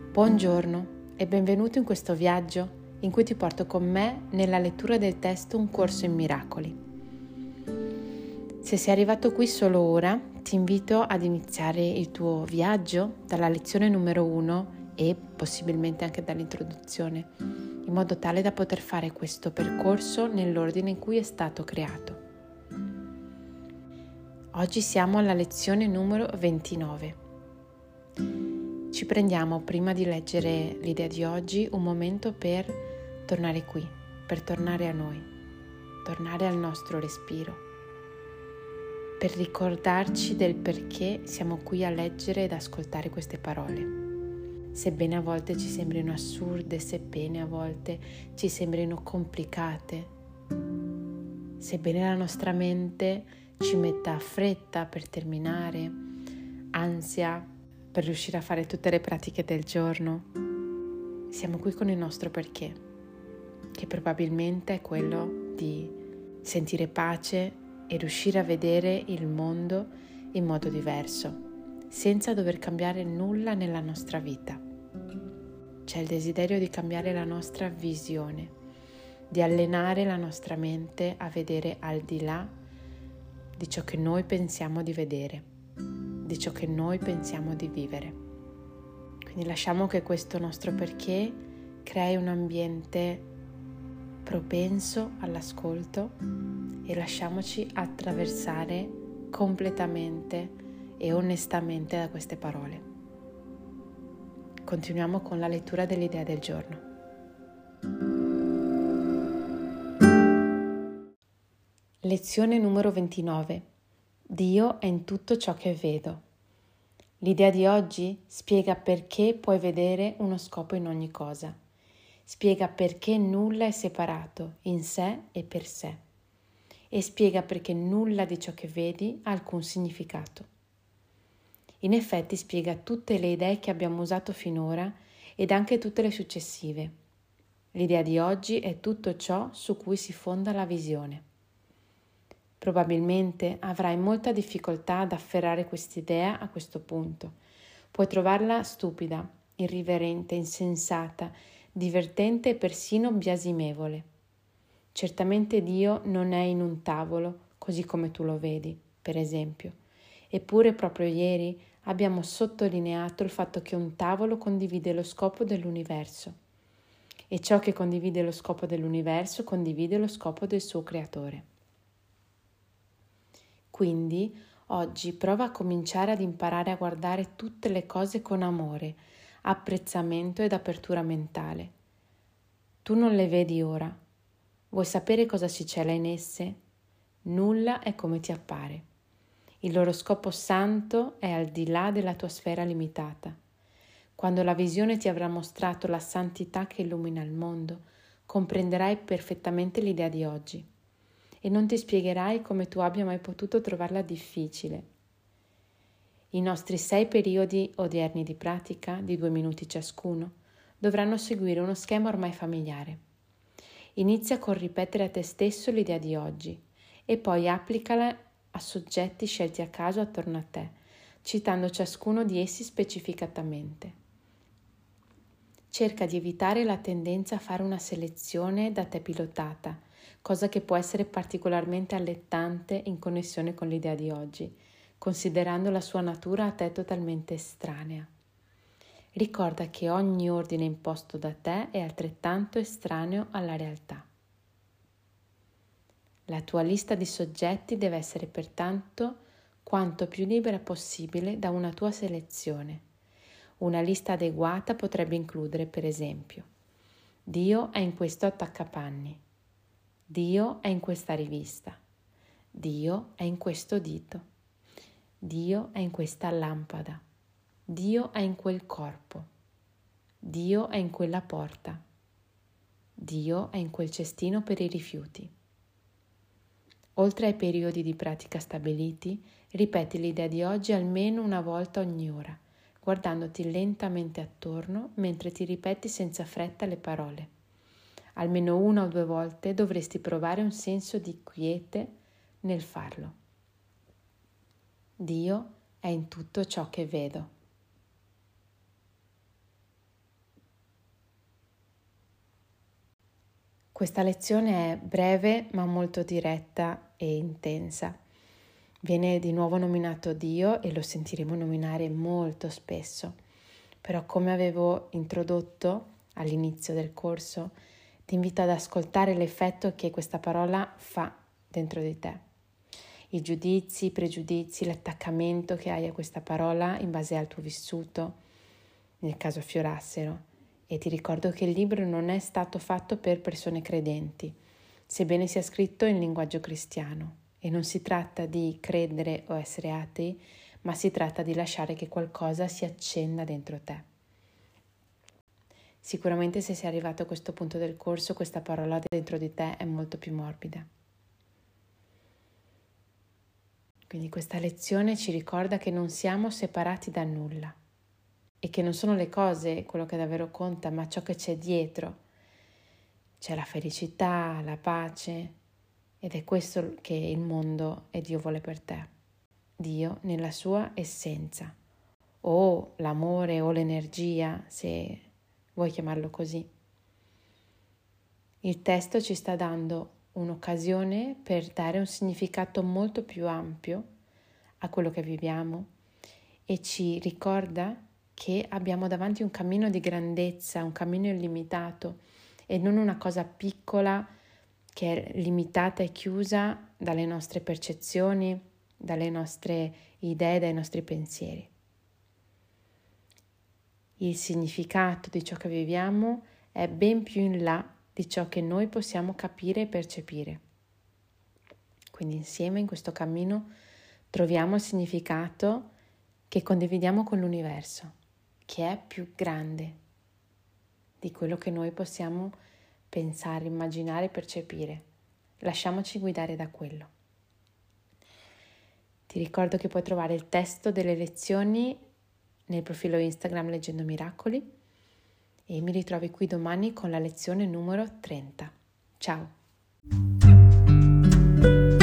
Buongiorno e benvenuto in questo viaggio in cui ti porto con me nella lettura del testo Un corso in miracoli. Se sei arrivato qui solo ora, ti invito ad iniziare il tuo viaggio dalla lezione numero 1 e possibilmente anche dall'introduzione, in modo tale da poter fare questo percorso nell'ordine in cui è stato creato. Oggi siamo alla lezione numero 29. Ci prendiamo, prima di leggere l'idea di oggi, un momento per tornare qui, per tornare a noi, tornare al nostro respiro, per ricordarci del perché siamo qui a leggere ed ascoltare queste parole. Sebbene a volte ci sembrino assurde, sebbene a volte ci sembrino complicate, sebbene la nostra mente ci metta fretta per terminare, ansia per riuscire a fare tutte le pratiche del giorno, siamo qui con il nostro perché, che probabilmente è quello di sentire pace e riuscire a vedere il mondo in modo diverso, senza dover cambiare nulla nella nostra vita. C'è il desiderio di cambiare la nostra visione, di allenare la nostra mente a vedere al di là di ciò che noi pensiamo di vedere, di ciò che noi pensiamo di vivere. Quindi lasciamo che questo nostro perché crei un ambiente propenso all'ascolto e lasciamoci attraversare completamente e onestamente da queste parole. Continuiamo con la lettura dell'idea del giorno. Lezione numero 29. Dio è in tutto ciò che vedo. L'idea di oggi spiega perché puoi vedere uno scopo in ogni cosa. Spiega perché nulla è separato in sé e per sé. E spiega perché nulla di ciò che vedi ha alcun significato. In effetti spiega tutte le idee che abbiamo usato finora ed anche tutte le successive. L'idea di oggi è tutto ciò su cui si fonda la visione. Probabilmente avrai molta difficoltà ad afferrare quest'idea a questo punto. Puoi trovarla stupida, irriverente, insensata, divertente e persino biasimevole. Certamente Dio non è in un tavolo, così come tu lo vedi, per esempio. Eppure proprio ieri abbiamo sottolineato il fatto che un tavolo condivide lo scopo dell'universo. E ciò che condivide lo scopo dell'universo condivide lo scopo del suo creatore. Quindi oggi prova a cominciare ad imparare a guardare tutte le cose con amore, apprezzamento ed apertura mentale. Tu non le vedi ora. Vuoi sapere cosa si cela in esse? Nulla è come ti appare. Il loro scopo santo è al di là della tua sfera limitata. Quando la visione ti avrà mostrato la santità che illumina il mondo, comprenderai perfettamente l'idea di oggi. E non ti spiegherai come tu abbia mai potuto trovarla difficile. I nostri 6 periodi odierni di pratica, di 2 minuti ciascuno, dovranno seguire uno schema ormai familiare. Inizia col ripetere a te stesso l'idea di oggi e poi applicala a soggetti scelti a caso attorno a te, citando ciascuno di essi specificatamente. Cerca di evitare la tendenza a fare una selezione da te pilotata, cosa che può essere particolarmente allettante in connessione con l'idea di oggi, considerando la sua natura a te totalmente estranea. Ricorda che ogni ordine imposto da te è altrettanto estraneo alla realtà. La tua lista di soggetti deve essere pertanto quanto più libera possibile da una tua selezione. Una lista adeguata potrebbe includere, per esempio, Dio è in questo attaccapanni. Dio è in questa rivista. Dio è in questo dito. Dio è in questa lampada. Dio è in quel corpo. Dio è in quella porta. Dio è in quel cestino per i rifiuti. Oltre ai periodi di pratica stabiliti, ripeti l'idea di oggi almeno una volta ogni ora, guardandoti lentamente attorno mentre ti ripeti senza fretta le parole. Almeno 1 o 2 volte dovresti provare un senso di quiete nel farlo. Dio è in tutto ciò che vedo. Questa lezione è breve ma molto diretta e intensa. Viene di nuovo nominato Dio e lo sentiremo nominare molto spesso. Però come avevo introdotto all'inizio del corso, ti invito ad ascoltare l'effetto che questa parola fa dentro di te. I giudizi, i pregiudizi, l'attaccamento che hai a questa parola in base al tuo vissuto, nel caso affiorassero. E ti ricordo che il libro non è stato fatto per persone credenti, sebbene sia scritto in linguaggio cristiano. E non si tratta di credere o essere atei, ma si tratta di lasciare che qualcosa si accenda dentro te. Sicuramente se sei arrivato a questo punto del corso, questa parola dentro di te è molto più morbida. Quindi questa lezione ci ricorda che non siamo separati da nulla e che non sono le cose quello che davvero conta, ma ciò che c'è dietro. C'è la felicità, la pace, ed è questo che il mondo e Dio vuole per te. Dio nella sua essenza, o l'amore o l'energia, se vuoi chiamarlo così. Il testo ci sta dando un'occasione per dare un significato molto più ampio a quello che viviamo e ci ricorda che abbiamo davanti un cammino di grandezza, un cammino illimitato e non una cosa piccola che è limitata e chiusa dalle nostre percezioni, dalle nostre idee, dai nostri pensieri. Il significato di ciò che viviamo è ben più in là di ciò che noi possiamo capire e percepire. Quindi insieme in questo cammino troviamo il significato che condividiamo con l'universo, che è più grande di quello che noi possiamo pensare, immaginare e percepire. Lasciamoci guidare da quello. Ti ricordo che puoi trovare il testo delle lezioni nel profilo Instagram Leggendo Miracoli e mi ritrovi qui domani con la lezione numero 30. Ciao!